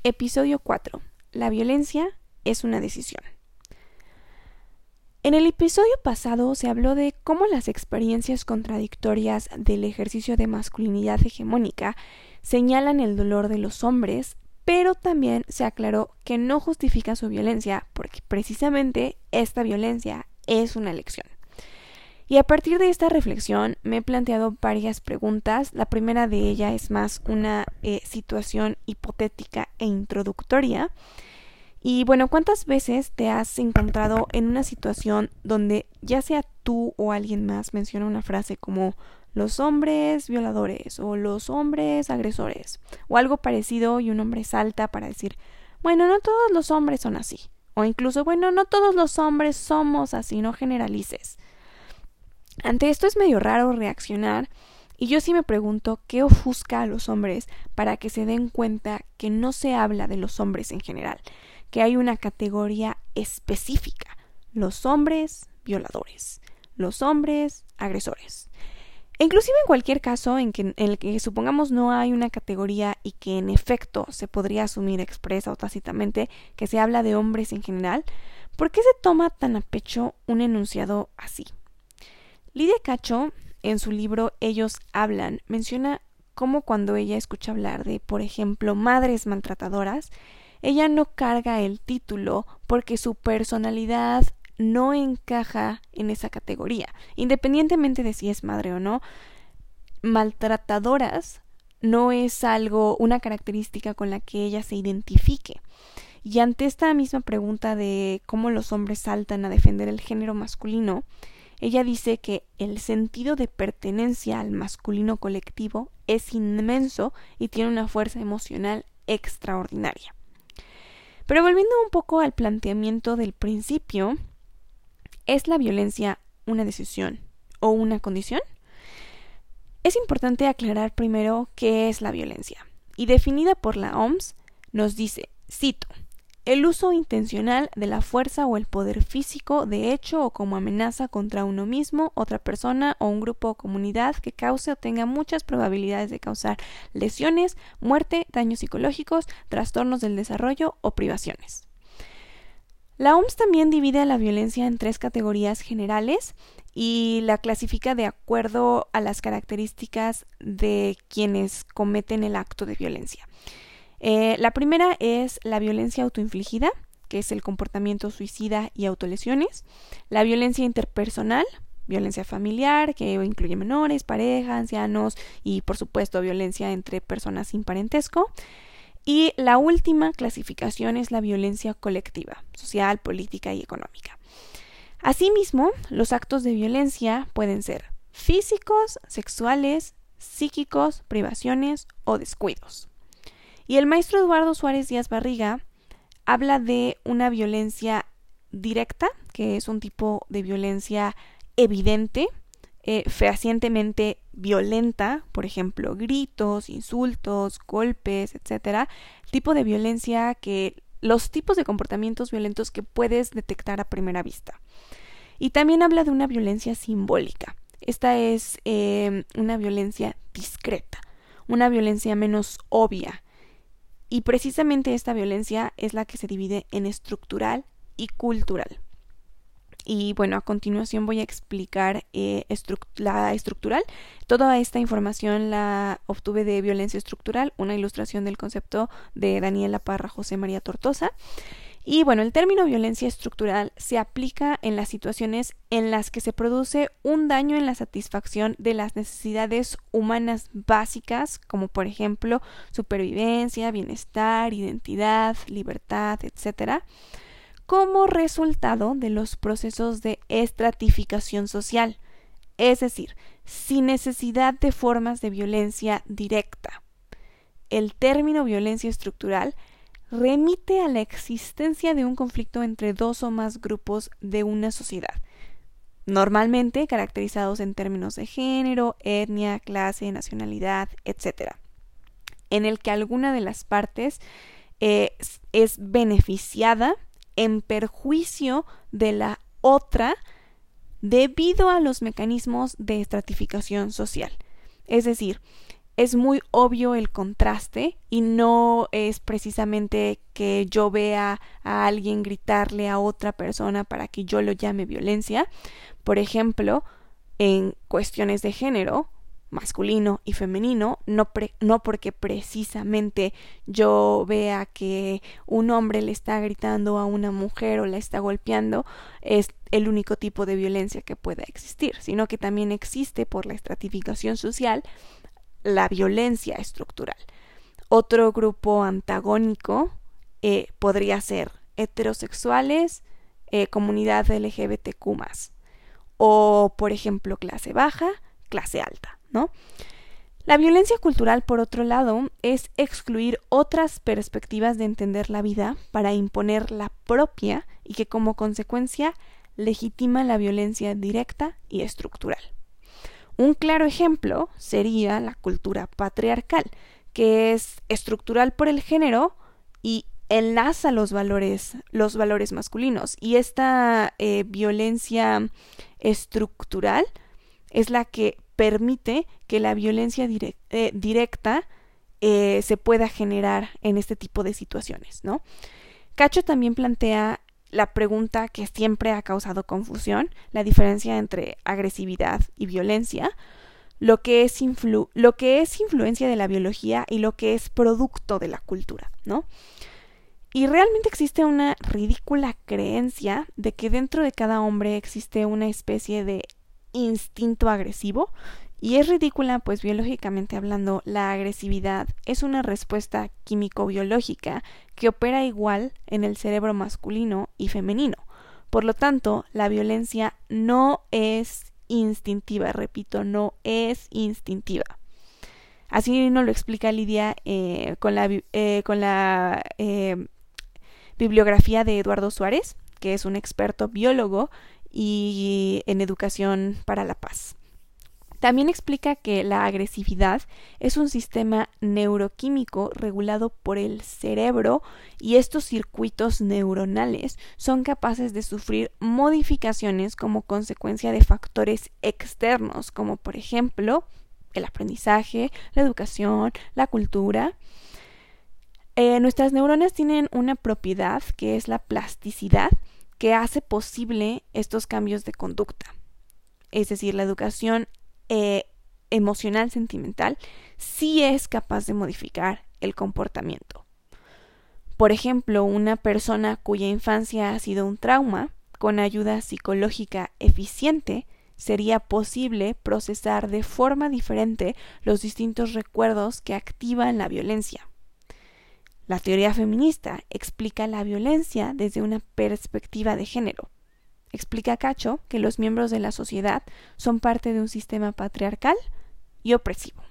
Episodio 4. La violencia es una decisión. En el episodio pasado se habló de cómo las experiencias contradictorias del ejercicio de masculinidad hegemónica señalan el dolor de los hombres, pero también se aclaró que no justifica su violencia porque precisamente esta violencia es una elección. Y a partir de esta reflexión me he planteado varias preguntas. La primera de ellas es más una situación hipotética e introductoria. Y bueno, ¿cuántas veces te has encontrado en una situación donde ya sea tú o alguien más menciona una frase como los hombres violadores o los hombres agresores o algo parecido y un hombre salta para decir, bueno, no todos los hombres son así, o incluso, bueno, no todos los hombres somos así, no generalices? Ante esto es medio raro reaccionar y yo sí me pregunto qué ofusca a los hombres para que se den cuenta que no se habla de los hombres en general, que hay una categoría específica, los hombres violadores, los hombres agresores. E inclusive en cualquier caso en el que supongamos no hay una categoría y que en efecto se podría asumir expresa o tácitamente que se habla de hombres en general, ¿por qué se toma tan a pecho un enunciado así? Lidia Cacho, en su libro Ellos hablan, menciona cómo cuando ella escucha hablar de, por ejemplo, madres maltratadoras, ella no carga el título porque su personalidad no encaja en esa categoría, independientemente de si es madre o no. Maltratadoras no es una característica con la que ella se identifique. Y ante esta misma pregunta de cómo los hombres saltan a defender el género masculino, ella dice que el sentido de pertenencia al masculino colectivo es inmenso y tiene una fuerza emocional extraordinaria. Pero volviendo un poco al planteamiento del principio, ¿es la violencia una decisión o una condición? Es importante aclarar primero qué es la violencia. Y definida por la OMS, nos dice, cito, el uso intencional de la fuerza o el poder físico de hecho o como amenaza contra uno mismo, otra persona o un grupo o comunidad que cause o tenga muchas probabilidades de causar lesiones, muerte, daños psicológicos, trastornos del desarrollo o privaciones. La OMS también divide a la violencia en 3 categorías generales y la clasifica de acuerdo a las características de quienes cometen el acto de violencia. La primera es la violencia autoinfligida, que es el comportamiento suicida y autolesiones. La violencia interpersonal, violencia familiar, que incluye menores, pareja, ancianos y por supuesto violencia entre personas sin parentesco. Y la última clasificación es la violencia colectiva, social, política y económica. Asimismo, los actos de violencia pueden ser físicos, sexuales, psíquicos, privaciones o descuidos. Y el maestro Eduardo Suárez Díaz Barriga habla de una violencia directa, que es un tipo de violencia evidente, fehacientemente violenta, por ejemplo, gritos, insultos, golpes, etc. Tipo de violencia los tipos de comportamientos violentos que puedes detectar a primera vista. Y también habla de una violencia simbólica. Esta es una violencia discreta, una violencia menos obvia. Y precisamente esta violencia es la que se divide en estructural y cultural. Y bueno, a continuación voy a explicar la estructural. Toda esta información la obtuve de Violencia Estructural, una ilustración del concepto de Daniela Parra José María Tortosa. Y bueno, el término violencia estructural se aplica en las situaciones en las que se produce un daño en la satisfacción de las necesidades humanas básicas, como por ejemplo supervivencia, bienestar, identidad, libertad, etc., como resultado de los procesos de estratificación social, es decir, sin necesidad de formas de violencia directa. El término violencia estructural remite a la existencia de un conflicto entre 2 o más grupos de una sociedad, normalmente caracterizados en términos de género, etnia, clase, nacionalidad, etc., en el que alguna de las partes es beneficiada en perjuicio de la otra debido a los mecanismos de estratificación social. Es decir, es muy obvio el contraste y no es precisamente que yo vea a alguien gritarle a otra persona para que yo lo llame violencia. Por ejemplo, en cuestiones de género, masculino y femenino, no porque precisamente yo vea que un hombre le está gritando a una mujer o la está golpeando, es el único tipo de violencia que pueda existir, sino que también existe por la estratificación social la violencia estructural. Otro grupo antagónico podría ser heterosexuales, comunidad LGBTQ+, o por ejemplo clase baja, clase alta, ¿no? La violencia cultural, por otro lado, es excluir otras perspectivas de entender la vida para imponer la propia y que como consecuencia legitima la violencia directa y estructural. Un claro ejemplo sería la cultura patriarcal, que es estructural por el género y enlaza los valores masculinos. Y esta violencia estructural es la que permite que la violencia directa se pueda generar en este tipo de situaciones, ¿no? Cacho también plantea la pregunta que siempre ha causado confusión, la diferencia entre agresividad y violencia, lo que es influencia de la biología y lo que es producto de la cultura, ¿no? Y realmente existe una ridícula creencia de que dentro de cada hombre existe una especie de instinto agresivo, y es ridícula, pues biológicamente hablando, la agresividad es una respuesta químico-biológica que opera igual en el cerebro masculino y femenino. Por lo tanto, la violencia no es instintiva, repito, no es instintiva. Así nos lo explica Lidia con la bibliografía de Eduardo Suárez, que es un experto biólogo y en educación para la paz. También explica que la agresividad es un sistema neuroquímico regulado por el cerebro y estos circuitos neuronales son capaces de sufrir modificaciones como consecuencia de factores externos, como por ejemplo el aprendizaje, la educación, la cultura. Nuestras neuronas tienen una propiedad que es la plasticidad, que hace posible estos cambios de conducta. Es decir, la educación emocional, sentimental, sí es capaz de modificar el comportamiento. Por ejemplo, una persona cuya infancia ha sido un trauma, con ayuda psicológica eficiente, sería posible procesar de forma diferente los distintos recuerdos que activan la violencia. La teoría feminista explica la violencia desde una perspectiva de género. Explica Cacho que los miembros de la sociedad son parte de un sistema patriarcal y opresivo.